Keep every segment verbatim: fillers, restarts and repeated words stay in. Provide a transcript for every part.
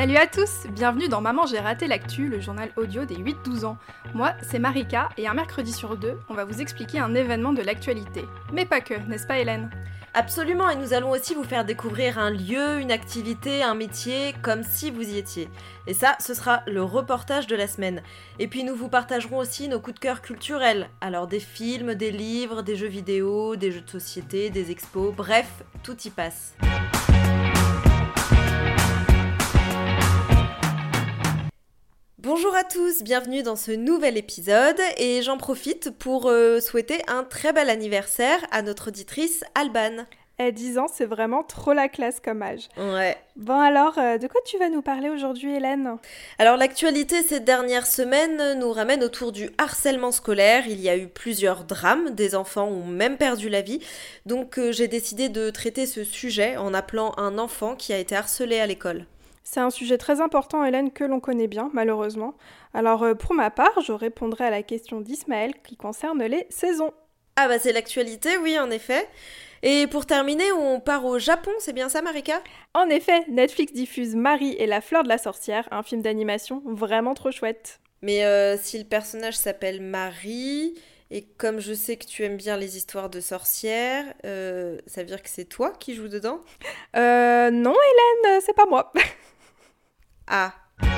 Salut à tous, bienvenue dans Maman j'ai raté l'actu, le journal audio des huit douze ans. Moi, c'est Marika, et un mercredi sur deux, on va vous expliquer un événement de l'actualité. Mais pas que, n'est-ce pas Hélène ? Absolument, et nous allons aussi vous faire découvrir un lieu, une activité, un métier, comme si vous y étiez. Et ça, ce sera le reportage de la semaine. Et puis nous vous partagerons aussi nos coups de cœur culturels. Alors des films, des livres, des jeux vidéo, des jeux de société, des expos, bref, tout y passe. Bonjour à tous, bienvenue dans ce nouvel épisode et j'en profite pour euh, souhaiter un très bel anniversaire à notre auditrice Alban. Eh, dix ans, c'est vraiment trop la classe comme âge. Ouais. Bon alors, euh, de quoi tu vas nous parler aujourd'hui Hélène ? Alors l'actualité ces dernières semaines nous ramène autour du harcèlement scolaire. Il y a eu plusieurs drames, des enfants ont même perdu la vie. Donc euh, j'ai décidé de traiter ce sujet en appelant un enfant qui a été harcelé à l'école. C'est un sujet très important, Hélène, que l'on connaît bien, malheureusement. Alors, euh, pour ma part, je répondrai à la question d'Ismaël qui concerne les saisons. Ah bah c'est l'actualité, oui, en effet. Et pour terminer, on part au Japon, c'est bien ça, Marika ? En effet, Netflix diffuse Marie et la fleur de la sorcière, un film d'animation vraiment trop chouette. Mais euh, si le personnage s'appelle Marie, et comme je sais que tu aimes bien les histoires de sorcières, euh, ça veut dire que c'est toi qui joues dedans ? Euh, non, Hélène, c'est pas moi. Ah.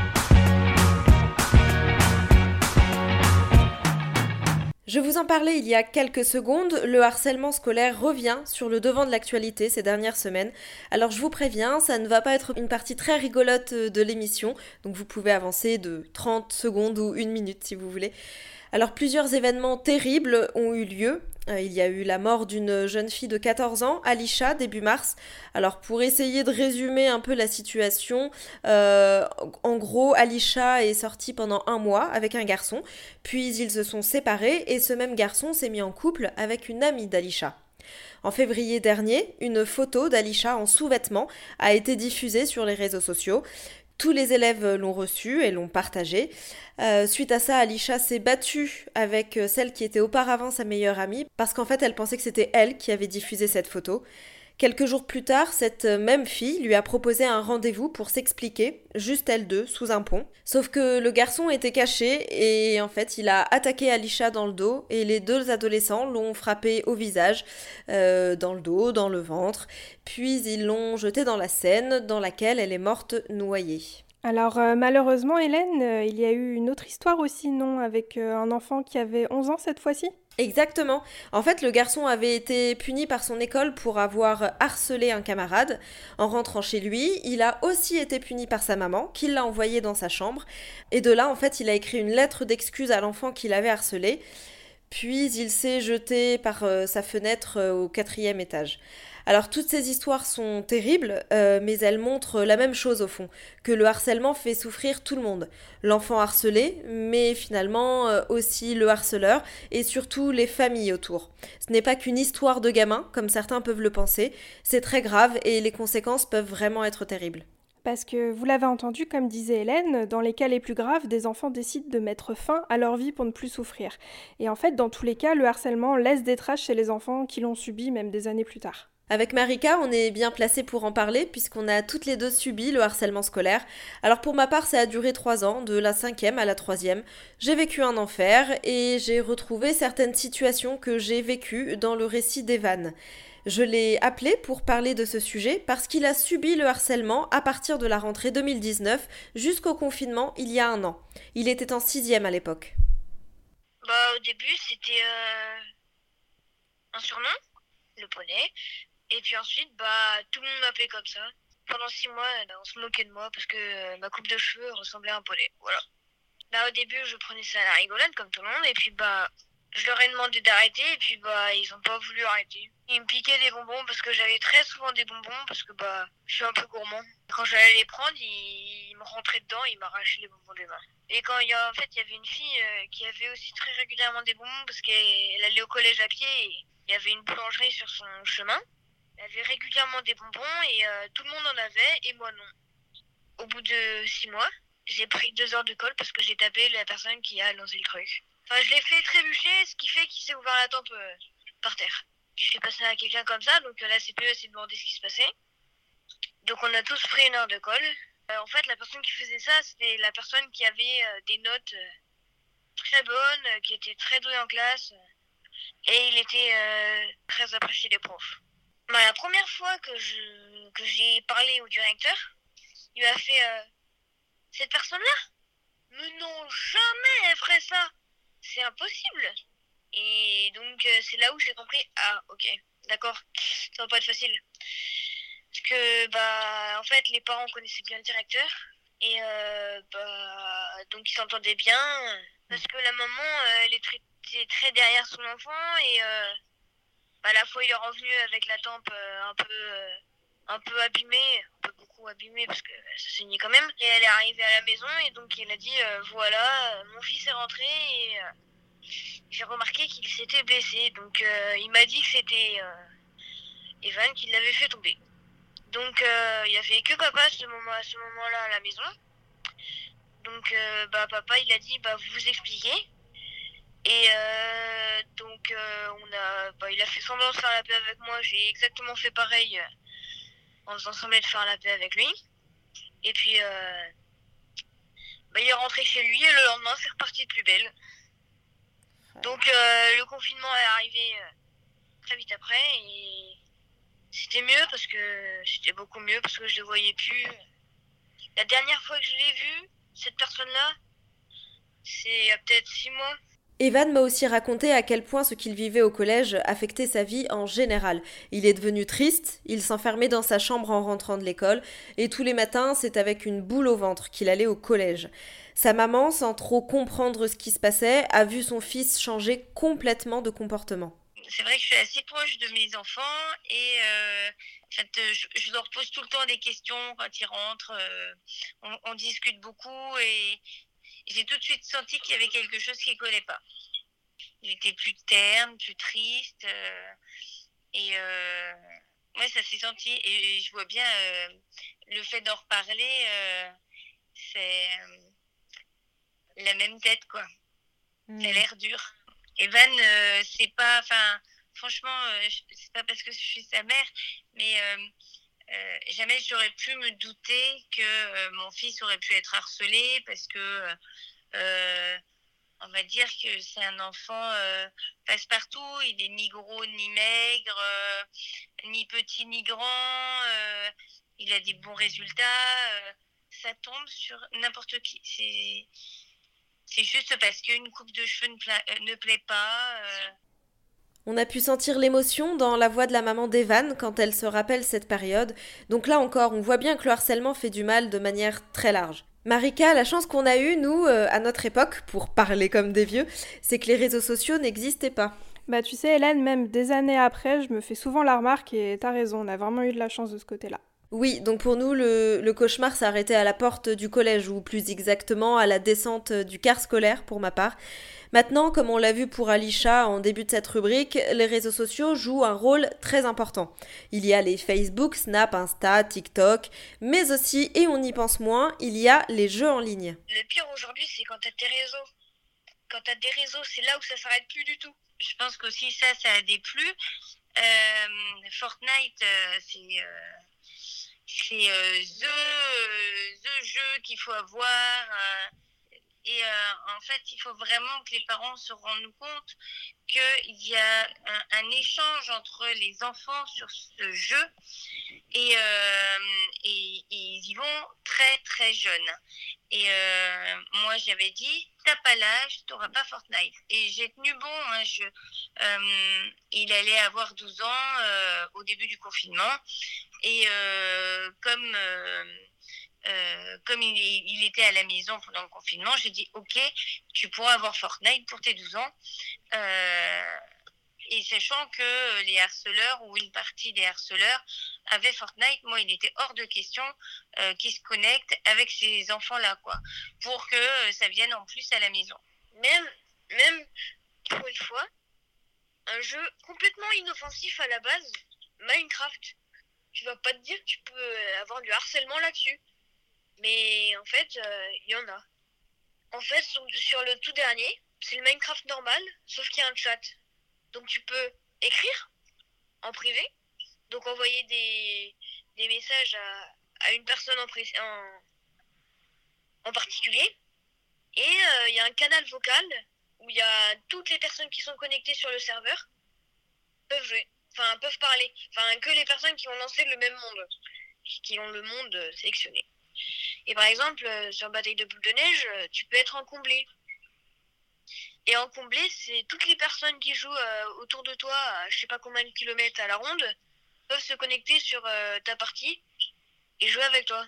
Je vous en parlais il y a quelques secondes, le harcèlement scolaire revient sur le devant de l'actualité ces dernières semaines. Alors je vous préviens, ça ne va pas être une partie très rigolote de l'émission, donc vous pouvez avancer de trente secondes ou une minute si vous voulez. Alors plusieurs événements terribles ont eu lieu. Il y a eu la mort d'une jeune fille de quatorze ans, Alisha, début mars. Alors pour essayer de résumer un peu la situation, euh, en gros, Alisha est sortie pendant un mois avec un garçon, puis ils se sont séparés et ce même garçon s'est mis en couple avec une amie d'Alisha. En février dernier, une photo d'Alisha en sous-vêtements a été diffusée sur les réseaux sociaux. Tous les élèves l'ont reçue et l'ont partagée. Euh, suite à ça, Alisha s'est battue avec celle qui était auparavant sa meilleure amie parce qu'en fait, elle pensait que c'était elle qui avait diffusé cette photo. Quelques jours plus tard, cette même fille lui a proposé un rendez-vous pour s'expliquer, juste elles deux, sous un pont. Sauf que le garçon était caché et en fait, il a attaqué Alisha dans le dos et les deux adolescents l'ont frappée au visage, euh, dans le dos, dans le ventre. Puis ils l'ont jetée dans la Seine, dans laquelle elle est morte noyée. Alors euh, malheureusement Hélène, euh, il y a eu une autre histoire aussi, non, avec euh, un enfant qui avait onze ans cette fois-ci ? Exactement. En fait, le garçon avait été puni par son école pour avoir harcelé un camarade. En rentrant chez lui, il a aussi été puni par sa maman, qui l'a envoyé dans sa chambre. Et de là, en fait, il a écrit une lettre d'excuse à l'enfant qu'il avait harcelé. Puis il s'est jeté par euh, sa fenêtre euh, au quatrième étage. Alors toutes ces histoires sont terribles, euh, mais elles montrent la même chose au fond, que le harcèlement fait souffrir tout le monde. L'enfant harcelé, mais finalement euh, aussi le harceleur, et surtout les familles autour. Ce n'est pas qu'une histoire de gamin, comme certains peuvent le penser, c'est très grave et les conséquences peuvent vraiment être terribles. Parce que, vous l'avez entendu, comme disait Hélène, dans les cas les plus graves, des enfants décident de mettre fin à leur vie pour ne plus souffrir. Et en fait, dans tous les cas, le harcèlement laisse des traces chez les enfants qui l'ont subi, même des années plus tard. Avec Marika, on est bien placés pour en parler puisqu'on a toutes les deux subi le harcèlement scolaire. Alors pour ma part, ça a duré trois ans, de la cinquième à la troisième. J'ai vécu un enfer et j'ai retrouvé certaines situations que j'ai vécues dans le récit d'Evan. Je l'ai appelé pour parler de ce sujet parce qu'il a subi le harcèlement à partir de la rentrée deux mille dix-neuf jusqu'au confinement il y a un an. Il était en sixième à l'époque. Bah au début c'était euh, un surnom, le poney. Et puis ensuite, bah, tout le monde m'appelait comme ça. Pendant six mois, on se moquait de moi parce que euh, ma coupe de cheveux ressemblait à un poney. Voilà. Bah, au début, je prenais ça à la rigolade comme tout le monde. Et puis, bah, je leur ai demandé d'arrêter. Et puis, bah, ils ont pas voulu arrêter. Ils me piquaient des bonbons parce que j'avais très souvent des bonbons parce que, bah, je suis un peu gourmand. Quand j'allais les prendre, ils, ils me rentraient dedans. Ils m'arrachaient les bonbons des mains. Et quand il y a, en fait, il y avait une fille euh, qui avait aussi très régulièrement des bonbons parce qu'elle allait au collège à pied et il y avait une boulangerie sur son chemin. Elle avait régulièrement des bonbons et euh, tout le monde en avait et moi non. Au bout de six mois, j'ai pris deux heures de colle parce que j'ai tapé la personne qui a lancé le truc. Enfin, je l'ai fait trébucher, ce qui fait qu'il s'est ouvert la tempe euh, par terre. Je suis passée à quelqu'un comme ça, donc euh, la C P E s'est demandé ce qui se passait. Donc on a tous pris une heure de colle. Euh, en fait, la personne qui faisait ça, c'était la personne qui avait euh, des notes euh, très bonnes, euh, qui était très doué en classe, euh, et il était euh, très apprécié des profs. Bah, la première fois que je que j'ai parlé au directeur, il m'a fait euh, cette personne-là, mais non, jamais elle ferait ça, c'est impossible. Et donc euh, c'est là où j'ai compris, ah ok, d'accord, ça va pas être facile. Parce que bah en fait les parents connaissaient bien le directeur et euh, bah donc ils s'entendaient bien parce que la maman euh, elle est très, très derrière son enfant et euh, bah, la fois il est revenu avec la tempe euh, un peu euh, un peu abîmée, un peu beaucoup abîmée parce que ça saignait quand même. Et elle est arrivée à la maison et donc il a dit euh, voilà, euh, mon fils est rentré et euh, j'ai remarqué qu'il s'était blessé. Donc euh, il m'a dit que c'était euh, Evan qui l'avait fait tomber. Donc euh, il y avait que papa à ce moment à ce moment-là à la maison. Donc euh, bah papa il a dit bah vous vous expliquez. Et euh, donc euh, on a bah, il a fait semblant de faire la paix avec moi, j'ai exactement fait pareil euh, en faisant semblant de faire la paix avec lui. Et puis euh, bah, il est rentré chez lui et le lendemain c'est reparti de plus belle. Donc euh, le confinement est arrivé euh, très vite après et c'était mieux parce que c'était beaucoup mieux parce que je le voyais plus. La dernière fois que je l'ai vu, cette personne-là, c'est il y a peut-être six mois. Evan m'a aussi raconté à quel point ce qu'il vivait au collège affectait sa vie en général. Il est devenu triste, il s'enfermait dans sa chambre en rentrant de l'école, et tous les matins, c'est avec une boule au ventre qu'il allait au collège. Sa maman, sans trop comprendre ce qui se passait, a vu son fils changer complètement de comportement. C'est vrai que je suis assez proche de mes enfants et euh, en fait, je, je leur pose tout le temps des questions quand ils rentrent. Euh, on, on discute beaucoup et j'ai tout de suite senti qu'il y avait quelque chose qui ne collait pas. Il était plus terne, plus triste. Euh, et euh, ouais, ça s'est senti. Et, et je vois bien euh, le fait d'en reparler, euh, c'est euh, la même tête, quoi. Mmh. Ça a l'air dur. Evan, euh, c'est pas. Enfin, franchement, euh, c'est pas parce que je suis sa mère, mais euh, euh, jamais j'aurais pu me douter que euh, mon fils aurait pu être harcelé parce que. Euh, on va dire que c'est un enfant euh, passe-partout, il est ni gros ni maigre, euh, ni petit ni grand, euh, il a des bons résultats, euh, ça tombe sur n'importe qui. C'est, c'est juste parce qu'une coupe de cheveux ne, pla- ne plaît pas. Euh... On a pu sentir l'émotion dans la voix de la maman d'Evan quand elle se rappelle cette période. Donc là encore, on voit bien que le harcèlement fait du mal de manière très large. Marika, la chance qu'on a eue, nous, euh, à notre époque, pour parler comme des vieux, c'est que les réseaux sociaux n'existaient pas. Bah tu sais Hélène, même des années après, je me fais souvent la remarque et t'as raison, on a vraiment eu de la chance de ce côté-là. Oui, donc pour nous, le, le cauchemar s'arrêtait à la porte du collège, ou plus exactement à la descente du car scolaire pour ma part. Maintenant, comme on l'a vu pour Alisha en début de cette rubrique, les réseaux sociaux jouent un rôle très important. Il y a les Facebook, Snap, Insta, TikTok, mais aussi, et on y pense moins, il y a les jeux en ligne. Le pire aujourd'hui, c'est quand t'as tes réseaux. Quand t'as des réseaux, c'est là où ça s'arrête plus du tout. Je pense qu'aussi ça, ça a déplu. Euh, Fortnite, euh, c'est... Euh... c'est euh, the, euh, the jeu qu'il faut avoir euh, et euh, en fait il faut vraiment que les parents se rendent compte qu'il y a un, un échange entre les enfants sur ce jeu et, euh, et, et ils y vont très très jeunes et euh, moi j'avais dit t'as pas l'âge, t'auras pas Fortnite et j'ai tenu bon hein, je, euh, il allait avoir douze ans euh, au début du confinement et euh, comme euh, euh, comme il, il était à la maison pendant le confinement, j'ai dit ok, tu pourras avoir Fortnite pour tes douze ans euh, et sachant que les harceleurs ou une partie des harceleurs avaient Fortnite, moi il était hors de question euh, qu'ils se connectent avec ces enfants-là quoi, pour que euh, ça vienne en plus à la maison. Même, même pour une fois, un jeu complètement inoffensif à la base, Minecraft. Tu vas pas te dire que tu peux avoir du harcèlement là-dessus. Mais en fait, il euh, y en a. En fait, sur, sur le tout dernier, c'est le Minecraft normal, sauf qu'il y a un chat. Donc tu peux écrire en privé, donc envoyer des, des messages à, à une personne en, pré- en, en particulier. Et euh, il y a un canal vocal où il y a toutes les personnes qui sont connectées sur le serveur peuvent jouer, enfin peuvent parler, enfin que les personnes qui ont lancé le même monde, qui ont le monde euh, sélectionné. Et par exemple, euh, sur Bataille de Boule de Neige, euh, tu peux être en comblé. Et en comblé, c'est toutes les personnes qui jouent euh, autour de toi, à je sais pas combien de kilomètres à la ronde, peuvent se connecter sur euh, ta partie et jouer avec toi.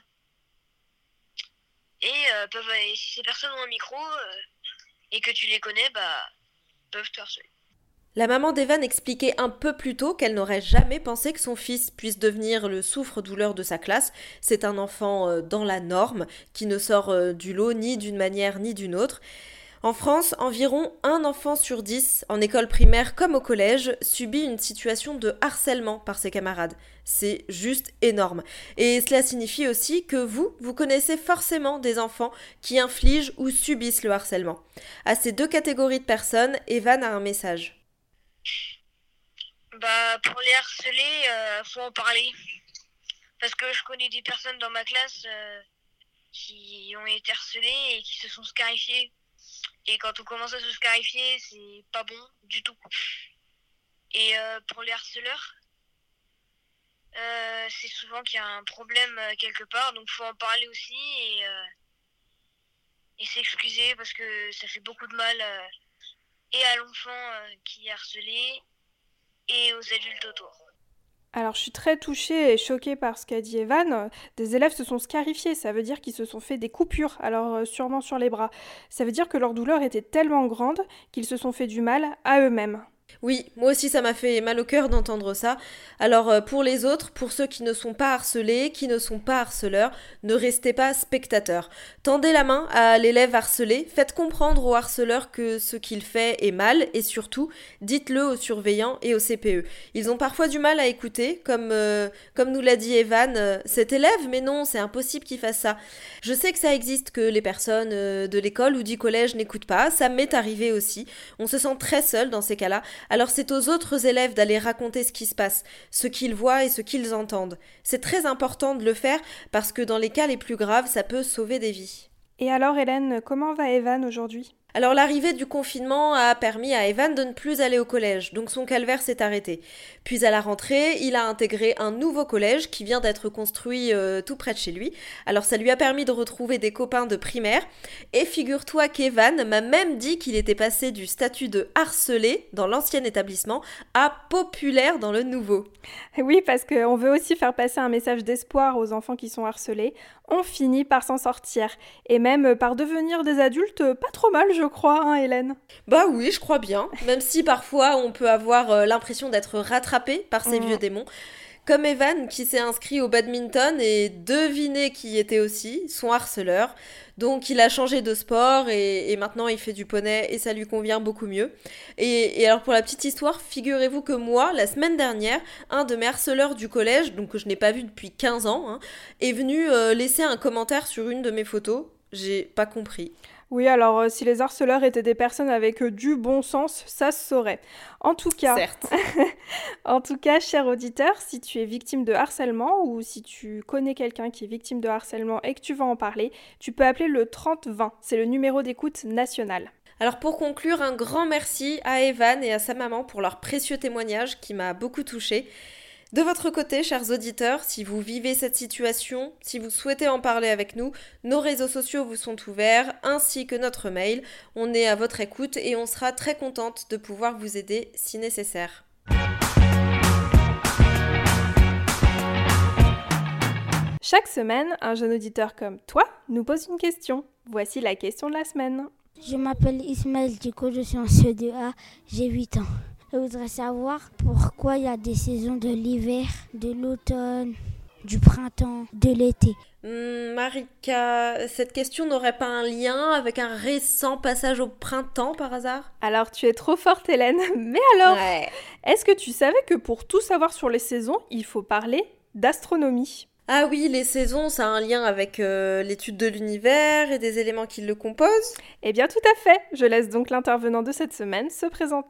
Et, euh, peuvent, et si ces personnes ont un micro euh, et que tu les connais, bah peuvent te harceler. La maman d'Evan expliquait un peu plus tôt qu'elle n'aurait jamais pensé que son fils puisse devenir le souffre-douleur de sa classe. C'est un enfant euh, dans la norme, qui ne sort euh, du lot ni d'une manière ni d'une autre. En France, environ un enfant sur dix, en école primaire comme au collège, subit une situation de harcèlement par ses camarades. C'est juste énorme. Et cela signifie aussi que vous, vous connaissez forcément des enfants qui infligent ou subissent le harcèlement. À ces deux catégories de personnes, Evan a un message. Bah pour les harceler, euh, faut en parler. Parce que je connais des personnes dans ma classe euh, qui ont été harcelées et qui se sont scarifiées. Et quand on commence à se scarifier, c'est pas bon du tout. Et euh, pour les harceleurs, euh, c'est souvent qu'il y a un problème euh, quelque part, donc faut en parler aussi et, euh, et s'excuser parce que ça fait beaucoup de mal euh, et à l'enfant euh, qui est harcelé et aux adultes autour. Alors, je suis très touchée et choquée par ce qu'a dit Evan. Des élèves se sont scarifiés, ça veut dire qu'ils se sont fait des coupures, alors euh, sûrement sur les bras. Ça veut dire que leur douleur était tellement grande qu'ils se sont fait du mal à eux-mêmes. Oui, moi aussi ça m'a fait mal au cœur d'entendre ça. Alors euh, pour les autres, pour ceux qui ne sont pas harcelés, qui ne sont pas harceleurs, ne restez pas spectateurs. Tendez la main à l'élève harcelé, faites comprendre au harceleur que ce qu'il fait est mal et surtout, dites-le aux surveillants et au C P E. Ils ont parfois du mal à écouter, comme, euh, comme nous l'a dit Evan, euh, cet élève, mais non, c'est impossible qu'il fasse ça. Je sais que ça existe, que les personnes euh, de l'école ou du collège n'écoutent pas, ça m'est arrivé aussi. On se sent très seul dans ces cas-là. Alors c'est aux autres élèves d'aller raconter ce qui se passe, ce qu'ils voient et ce qu'ils entendent. C'est très important de le faire parce que dans les cas les plus graves, ça peut sauver des vies. Et alors, Hélène, comment va Evan aujourd'hui ? Alors l'arrivée du confinement a permis à Evan de ne plus aller au collège, donc son calvaire s'est arrêté. Puis à la rentrée, il a intégré un nouveau collège qui vient d'être construit euh, tout près de chez lui. Alors ça lui a permis de retrouver des copains de primaire. Et figure-toi qu'Evan m'a même dit qu'il était passé du statut de harcelé dans l'ancien établissement à populaire dans le nouveau. Oui, parce qu'on veut aussi faire passer un message d'espoir aux enfants qui sont harcelés. On finit par s'en sortir, et même par devenir des adultes pas trop mal, je crois, hein, Hélène ? Bah oui, je crois bien, même si parfois on peut avoir euh, l'impression d'être rattrapé par ces Mmh. vieux démons. Comme Evan qui s'est inscrit au badminton et devinez qui était aussi, son harceleur. Donc il a changé de sport et, et maintenant il fait du poney et ça lui convient beaucoup mieux. Et, et alors pour la petite histoire, figurez-vous que moi, la semaine dernière, un de mes harceleurs du collège, donc que je n'ai pas vu depuis quinze ans, hein, est venu euh, laisser un commentaire sur une de mes photos. J'ai pas compris. Oui, alors euh, si les harceleurs étaient des personnes avec euh, du bon sens, ça se saurait. En tout cas, Certes. en tout cas, cher auditeur, si tu es victime de harcèlement ou si tu connais quelqu'un qui est victime de harcèlement et que tu vas en parler, tu peux appeler le trente vingt. C'est le numéro d'écoute national. Alors pour conclure, un grand merci à Evan et à sa maman pour leur précieux témoignage qui m'a beaucoup touchée. De votre côté, chers auditeurs, si vous vivez cette situation, si vous souhaitez en parler avec nous, nos réseaux sociaux vous sont ouverts, ainsi que notre mail. On est à votre écoute et on sera très contente de pouvoir vous aider si nécessaire. Chaque semaine, un jeune auditeur comme toi nous pose une question. Voici la question de la semaine. Je m'appelle Ismaël Diko, je suis en C E deux A, j'ai huit ans. Je voudrais savoir pourquoi il y a des saisons de l'hiver, de l'automne, du printemps, de l'été. Hum, Marika, cette question n'aurait pas un lien avec un récent passage au printemps par hasard ? Alors tu es trop forte Hélène, mais alors, Ouais. est-ce que tu savais que pour tout savoir sur les saisons, il faut parler d'astronomie ? Ah oui, les saisons, ça a un lien avec euh, l'étude de l'univers et des éléments qui le composent ? Eh bien tout à fait, je laisse donc l'intervenant de cette semaine se présenter.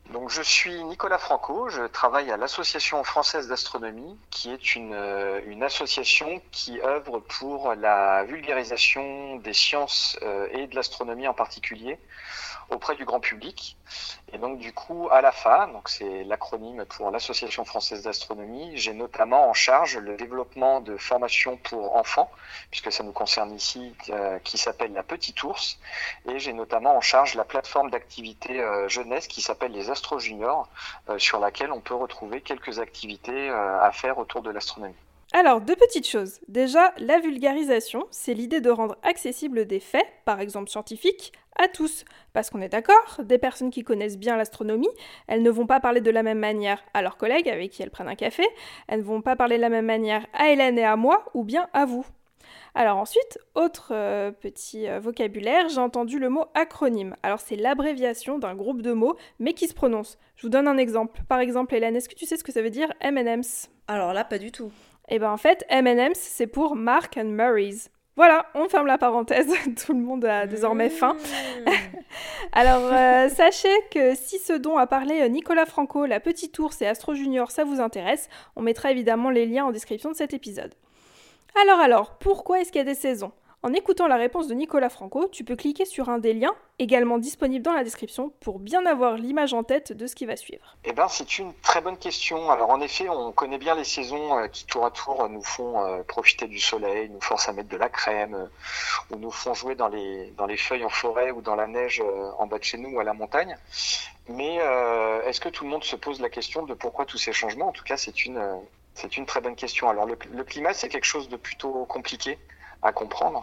Donc, je suis Nicolas Franco, je travaille à l'Association française d'astronomie, qui est une, euh, une association qui œuvre pour la vulgarisation des sciences euh, et de l'astronomie en particulier auprès du grand public. Et donc du coup, à l'A F A, donc c'est l'acronyme pour l'Association française d'astronomie, j'ai notamment en charge le développement de formations pour enfants, puisque ça nous concerne ici, euh, qui s'appelle la Petite Ours, et j'ai notamment en charge la plateforme d'activité euh, jeunesse qui s'appelle les Astro Juniors, euh, sur laquelle on peut retrouver quelques activités euh, à faire autour de l'astronomie. Alors, deux petites choses. Déjà, la vulgarisation, c'est l'idée de rendre accessibles des faits, par exemple scientifiques, à tous. Parce qu'on est d'accord, des personnes qui connaissent bien l'astronomie, elles ne vont pas parler de la même manière à leurs collègues avec qui elles prennent un café, elles ne vont pas parler de la même manière à Hélène et à moi, ou bien à vous. Alors ensuite, autre euh, petit euh, vocabulaire, j'ai entendu le mot acronyme. Alors c'est l'abréviation d'un groupe de mots, mais qui se prononce. Je vous donne un exemple. Par exemple, Hélène, est-ce que tu sais ce que ça veut dire M and M's ? Alors là, pas du tout. Eh bien en fait, M and M's, c'est pour Mark and Murray's. Voilà, on ferme la parenthèse, tout le monde a désormais faim. Mmh. Alors, euh, sachez que si ce dont a parlé Nicolas Franco, la Petite Ours et Astro Junior, ça vous intéresse, on mettra évidemment les liens en description de cet épisode. Alors alors, pourquoi est-ce qu'il y a des saisons ? En écoutant la réponse de Nicolas Franco, tu peux cliquer sur un des liens, également disponible dans la description, pour bien avoir l'image en tête de ce qui va suivre. Eh bien, c'est une très bonne question. Alors, en effet, on connaît bien les saisons qui, tour à tour, nous font euh, profiter du soleil, nous forcent à mettre de la crème, euh, ou nous font jouer dans les, dans les feuilles en forêt ou dans la neige euh, en bas de chez nous ou à la montagne. Mais euh, est-ce que tout le monde se pose la question de pourquoi tous ces changements ? En tout cas, c'est une, euh, c'est une très bonne question. Alors, le, le climat, c'est quelque chose de plutôt compliqué à comprendre,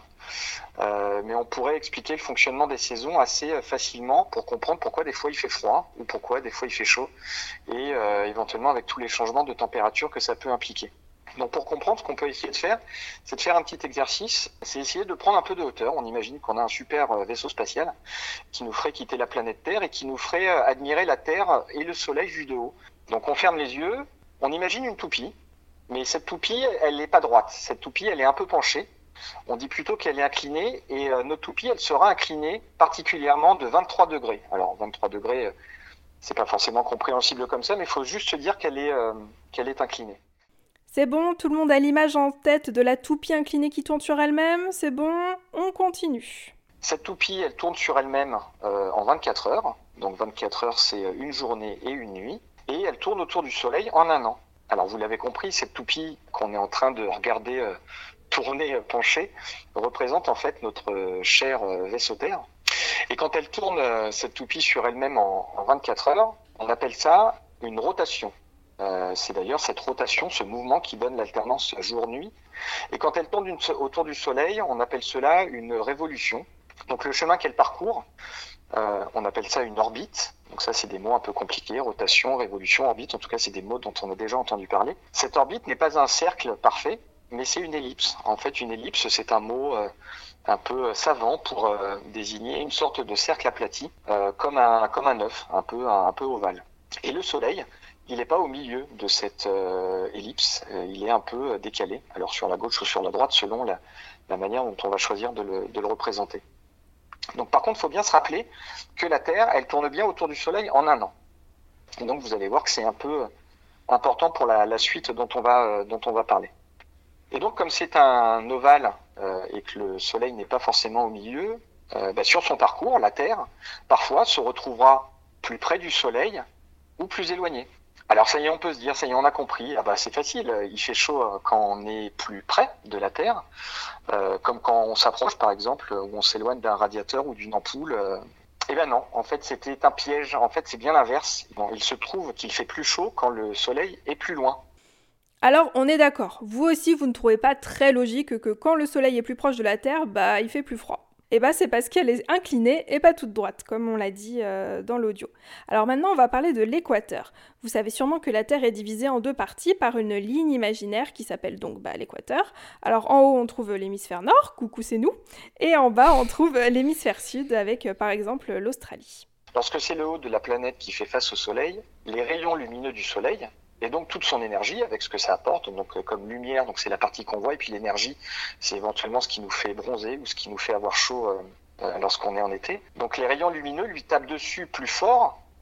euh, mais on pourrait expliquer le fonctionnement des saisons assez facilement pour comprendre pourquoi des fois il fait froid ou pourquoi des fois il fait chaud, et euh, éventuellement avec tous les changements de température que ça peut impliquer. Donc pour comprendre, ce qu'on peut essayer de faire, c'est de faire un petit exercice, c'est essayer de prendre un peu de hauteur. On imagine qu'on a un super vaisseau spatial qui nous ferait quitter la planète Terre et qui nous ferait admirer la Terre et le Soleil vu de haut. Donc on ferme les yeux, on imagine une toupie, mais cette toupie, elle n'est pas droite, cette toupie, elle est un peu penchée. On dit plutôt qu'elle est inclinée, et euh, notre toupie, elle sera inclinée particulièrement de vingt-trois degrés. Alors vingt-trois degrés, euh, c'est pas forcément compréhensible comme ça, mais il faut juste se dire qu'elle est, euh, qu'elle est inclinée. C'est bon, tout le monde a l'image en tête de la toupie inclinée qui tourne sur elle-même, c'est bon, on continue. Cette toupie, elle tourne sur elle-même euh, en vingt-quatre heures, donc vingt-quatre heures c'est une journée et une nuit, et elle tourne autour du Soleil en un an. Alors vous l'avez compris, cette toupie qu'on est en train de regarder euh, tourner penchée représente en fait notre cher vaisseau Terre. Et quand elle tourne cette toupie sur elle-même en, en vingt-quatre heures, on appelle ça une rotation. Euh, c'est d'ailleurs cette rotation, ce mouvement qui donne l'alternance jour-nuit. Et quand elle tourne une, autour du Soleil, on appelle cela une révolution. Donc le chemin qu'elle parcourt, euh, on appelle ça une orbite. Donc ça, c'est des mots un peu compliqués, rotation, révolution, orbite. En tout cas, c'est des mots dont on a déjà entendu parler. Cette orbite n'est pas un cercle parfait, mais c'est une ellipse. En fait, une ellipse, c'est un mot euh, un peu savant pour euh, désigner une sorte de cercle aplati, euh, comme un comme un œuf, un peu un, un peu ovale. Et le Soleil, il n'est pas au milieu de cette euh, ellipse, euh, il est un peu décalé. Alors sur la gauche ou sur la droite, selon la, la manière dont on va choisir de le, de le représenter. Donc par contre, il faut bien se rappeler que la Terre, elle tourne bien autour du Soleil en un an. Et donc vous allez voir que c'est un peu important pour la, la suite dont on va euh, dont on va parler. Et donc, comme c'est un ovale euh, et que le Soleil n'est pas forcément au milieu, euh, bah, sur son parcours, la Terre, parfois, se retrouvera plus près du Soleil ou plus éloignée. Alors, ça y est, on peut se dire, ça y est, on a compris, ah bah, c'est facile, il fait chaud quand on est plus près de la Terre, euh, comme quand on s'approche, par exemple, ou on s'éloigne d'un radiateur ou d'une ampoule. Euh. Eh bien non, en fait, c'était un piège. En fait, c'est bien l'inverse. Bon, il se trouve qu'il fait plus chaud quand le Soleil est plus loin. Alors, on est d'accord, vous aussi, vous ne trouvez pas très logique que quand le Soleil est plus proche de la Terre, bah, il fait plus froid. Et bah, c'est parce qu'elle est inclinée et pas toute droite, comme on l'a dit euh, dans l'audio. Alors maintenant, on va parler de l'équateur. Vous savez sûrement que la Terre est divisée en deux parties par une ligne imaginaire qui s'appelle donc bah, l'équateur. Alors en haut, on trouve l'hémisphère nord, coucou c'est nous, et en bas, on trouve l'hémisphère sud avec, euh, par exemple, l'Australie. Lorsque c'est le haut de la planète qui fait face au Soleil, les rayons lumineux du Soleil, et donc toute son énergie avec ce que ça apporte, donc comme lumière, donc c'est la partie qu'on voit, et puis l'énergie, c'est éventuellement ce qui nous fait bronzer ou ce qui nous fait avoir chaud euh, lorsqu'on est en été. Donc les rayons lumineux lui tapent dessus plus fort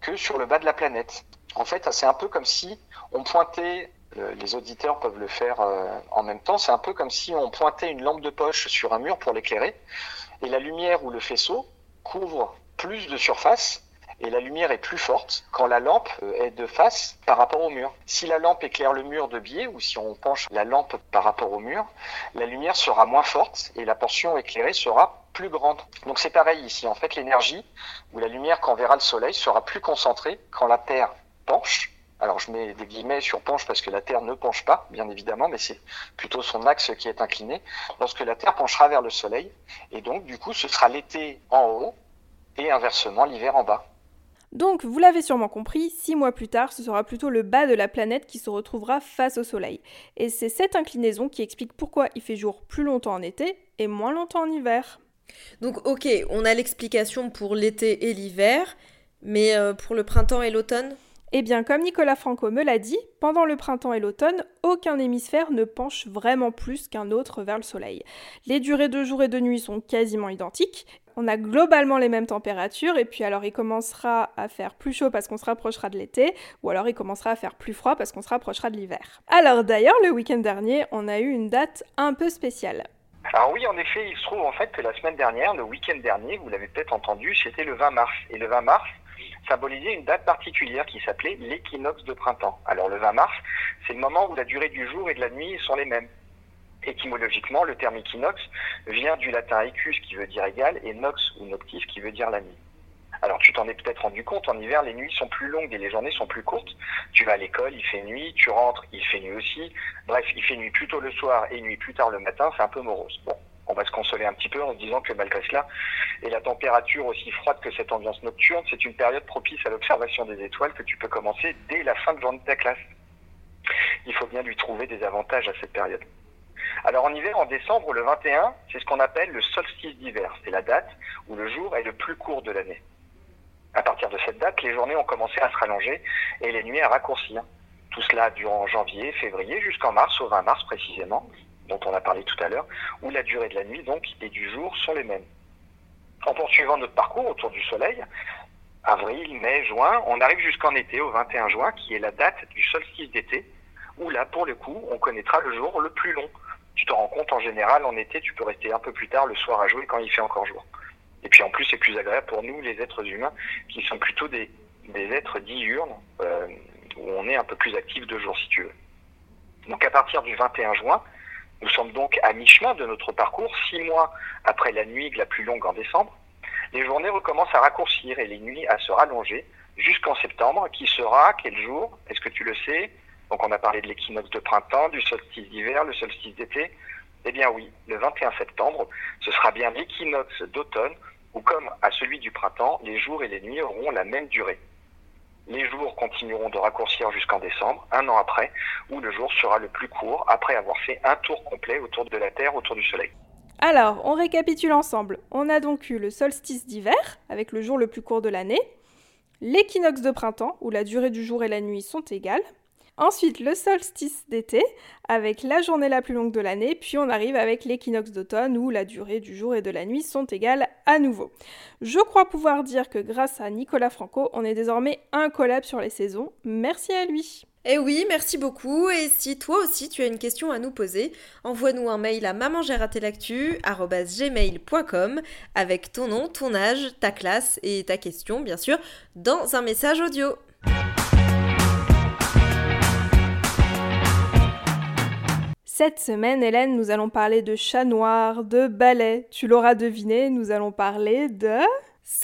que sur le bas de la planète. En fait, c'est un peu comme si on pointait, les auditeurs peuvent le faire en même temps, c'est un peu comme si on pointait une lampe de poche sur un mur pour l'éclairer, et la lumière ou le faisceau couvre plus de surface, et la lumière est plus forte quand la lampe est de face par rapport au mur. Si la lampe éclaire le mur de biais, ou si on penche la lampe par rapport au mur, la lumière sera moins forte et la portion éclairée sera plus grande. Donc c'est pareil ici, en fait l'énergie ou la lumière qu'enverra le soleil sera plus concentrée quand la Terre penche. Alors je mets des guillemets sur penche parce que la Terre ne penche pas, bien évidemment, mais c'est plutôt son axe qui est incliné. Lorsque la Terre penchera vers le soleil, et donc du coup ce sera l'été en haut et inversement l'hiver en bas. Donc, vous l'avez sûrement compris, six mois plus tard, ce sera plutôt le bas de la planète qui se retrouvera face au Soleil. Et c'est cette inclinaison qui explique pourquoi il fait jour plus longtemps en été et moins longtemps en hiver. Donc ok, on a l'explication pour l'été et l'hiver, mais euh, pour le printemps et l'automne ? Eh bien, comme Nicolas Franco me l'a dit, pendant le printemps et l'automne, aucun hémisphère ne penche vraiment plus qu'un autre vers le Soleil. Les durées de jour et de nuit sont quasiment identiques, on a globalement les mêmes températures, et puis alors il commencera à faire plus chaud parce qu'on se rapprochera de l'été, ou alors il commencera à faire plus froid parce qu'on se rapprochera de l'hiver. Alors d'ailleurs, le week-end dernier, on a eu une date un peu spéciale. Alors oui, en effet, il se trouve en fait que la semaine dernière, le week-end dernier, vous l'avez peut-être entendu, c'était le vingt mars. Et le vingt mars symbolisait une date particulière qui s'appelait l'équinoxe de printemps. Alors le vingt mars, c'est le moment où la durée du jour et de la nuit sont les mêmes. Étymologiquement, le terme équinoxe vient du latin equus qui veut dire égal et nox ou noctis qui veut dire la nuit. Alors tu t'en es peut-être rendu compte, en hiver les nuits sont plus longues et les journées sont plus courtes. Tu vas à l'école, il fait nuit, tu rentres, il fait nuit aussi. Bref, il fait nuit plus tôt le soir et nuit plus tard le matin, c'est un peu morose. Bon, on va se consoler un petit peu en se disant que malgré cela, et la température aussi froide que cette ambiance nocturne, c'est une période propice à l'observation des étoiles que tu peux commencer dès la fin de journée de ta classe. Il faut bien lui trouver des avantages à cette période. Alors en hiver, en décembre, le vingt et un, c'est ce qu'on appelle le solstice d'hiver. C'est la date où le jour est le plus court de l'année. À partir de cette date, les journées ont commencé à se rallonger et les nuits à raccourcir. Tout cela durant janvier, février, jusqu'en mars, au vingt mars précisément, dont on a parlé tout à l'heure, où la durée de la nuit donc et du jour sont les mêmes. En poursuivant notre parcours autour du soleil, avril, mai, juin, on arrive jusqu'en été, au vingt et un juin, qui est la date du solstice d'été, où là, pour le coup, on connaîtra le jour le plus long. Tu te rends compte, en général, en été, tu peux rester un peu plus tard le soir à jouer quand il fait encore jour. Et puis en plus, c'est plus agréable pour nous, les êtres humains, qui sont plutôt des, des êtres diurnes, euh, où on est un peu plus actif de jour, si tu veux. Donc à partir du vingt et un juin, nous sommes donc à mi-chemin de notre parcours, six mois après la nuit la plus longue en décembre. Les journées recommencent à raccourcir et les nuits à se rallonger jusqu'en septembre, qui sera, quel jour? Est-ce que tu le sais? Donc on a parlé de l'équinoxe de printemps, du solstice d'hiver, le solstice d'été. Eh bien oui, le vingt et un septembre, ce sera bien l'équinoxe d'automne, où comme à celui du printemps, les jours et les nuits auront la même durée. Les jours continueront de raccourcir jusqu'en décembre, un an après, où le jour sera le plus court, après avoir fait un tour complet autour de la Terre, autour du Soleil. Alors, on récapitule ensemble. On a donc eu le solstice d'hiver, avec le jour le plus court de l'année, l'équinoxe de printemps, où la durée du jour et la nuit sont égales, ensuite le solstice d'été, avec la journée la plus longue de l'année, puis on arrive avec l'équinoxe d'automne, où la durée du jour et de la nuit sont égales à nouveau. Je crois pouvoir dire que grâce à Nicolas Franco, on est désormais incollable sur les saisons. Merci à lui. Eh oui, merci beaucoup, et si toi aussi tu as une question à nous poser, envoie-nous un mail à maman j'ai raté l'actu arobase gmail point com avec ton nom, ton âge, ta classe et ta question, bien sûr, dans un message audio. Cette semaine, Hélène, nous allons parler de chat noir, de ballet. Tu l'auras deviné, nous allons parler de... Sorcellerie ?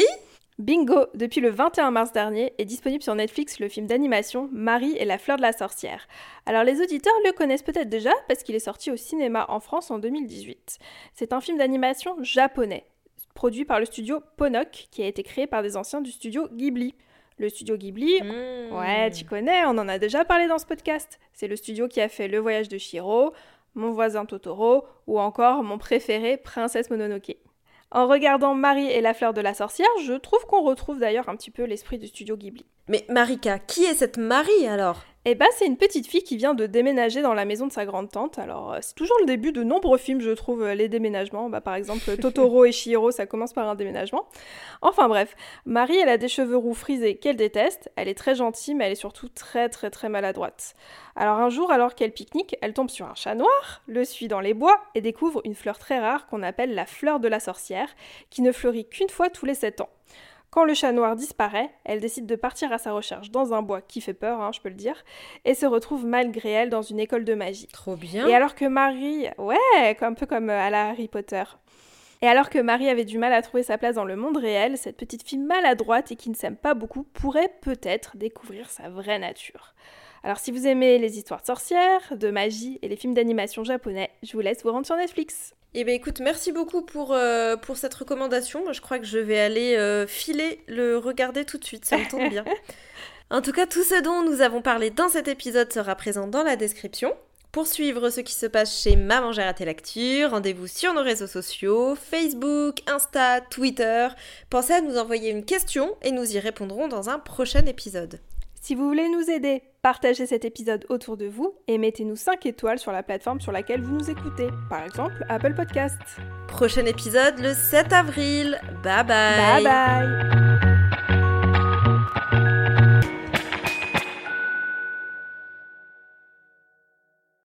Bingo! Depuis le vingt et un mars dernier est disponible sur Netflix le film d'animation Marie et la fleur de la sorcière. Alors les auditeurs le connaissent peut-être déjà parce qu'il est sorti au cinéma en France en deux mille dix-huit. C'est un film d'animation japonais, produit par le studio Ponok, qui a été créé par des anciens du studio Ghibli. Le studio Ghibli, mmh. ouais, tu connais, on en a déjà parlé dans ce podcast. C'est le studio qui a fait Le Voyage de Chihiro, Mon voisin Totoro ou encore mon préféré, Princesse Mononoke. En regardant Marie et la fleur de la sorcière, je trouve qu'on retrouve d'ailleurs un petit peu l'esprit du studio Ghibli. Mais Marika, qui est cette Marie alors ? Eh ben, c'est une petite fille qui vient de déménager dans la maison de sa grande-tante. Alors, euh, c'est toujours le début de nombreux films, je trouve, euh, les déménagements. Bah, par exemple, Totoro et Chihiro, ça commence par un déménagement. Enfin bref, Marie, elle a des cheveux roux frisés qu'elle déteste. Elle est très gentille, mais elle est surtout très très très maladroite. Alors un jour, alors qu'elle pique-nique, elle tombe sur un chat noir, le suit dans les bois et découvre une fleur très rare qu'on appelle la fleur de la sorcière, qui ne fleurit qu'une fois tous les sept ans. Quand le chat noir disparaît, elle décide de partir à sa recherche dans un bois qui fait peur, hein, je peux le dire, et se retrouve malgré elle dans une école de magie. Trop bien. Et alors que Marie... Ouais, un peu comme à la Harry Potter. Et alors que Marie avait du mal à trouver sa place dans le monde réel, cette petite fille maladroite et qui ne s'aime pas beaucoup pourrait peut-être découvrir sa vraie nature. Alors si vous aimez les histoires de sorcières, de magie et les films d'animation japonais, je vous laisse vous rendre sur Netflix. Eh bien écoute, merci beaucoup pour, euh, pour cette recommandation. Moi je crois que je vais aller euh, filer le regarder tout de suite, ça me tente bien. En tout cas, tout ce dont nous avons parlé dans cet épisode sera présent dans la description. Pour suivre ce qui se passe chez Maman j'ai raté l'actu, rendez-vous sur nos réseaux sociaux, Facebook, Insta, Twitter. Pensez à nous envoyer une question et nous y répondrons dans un prochain épisode. Si vous voulez nous aider, partagez cet épisode autour de vous et mettez-nous cinq étoiles sur la plateforme sur laquelle vous nous écoutez, par exemple Apple Podcasts. Prochain épisode le sept avril. Bye bye. Bye bye.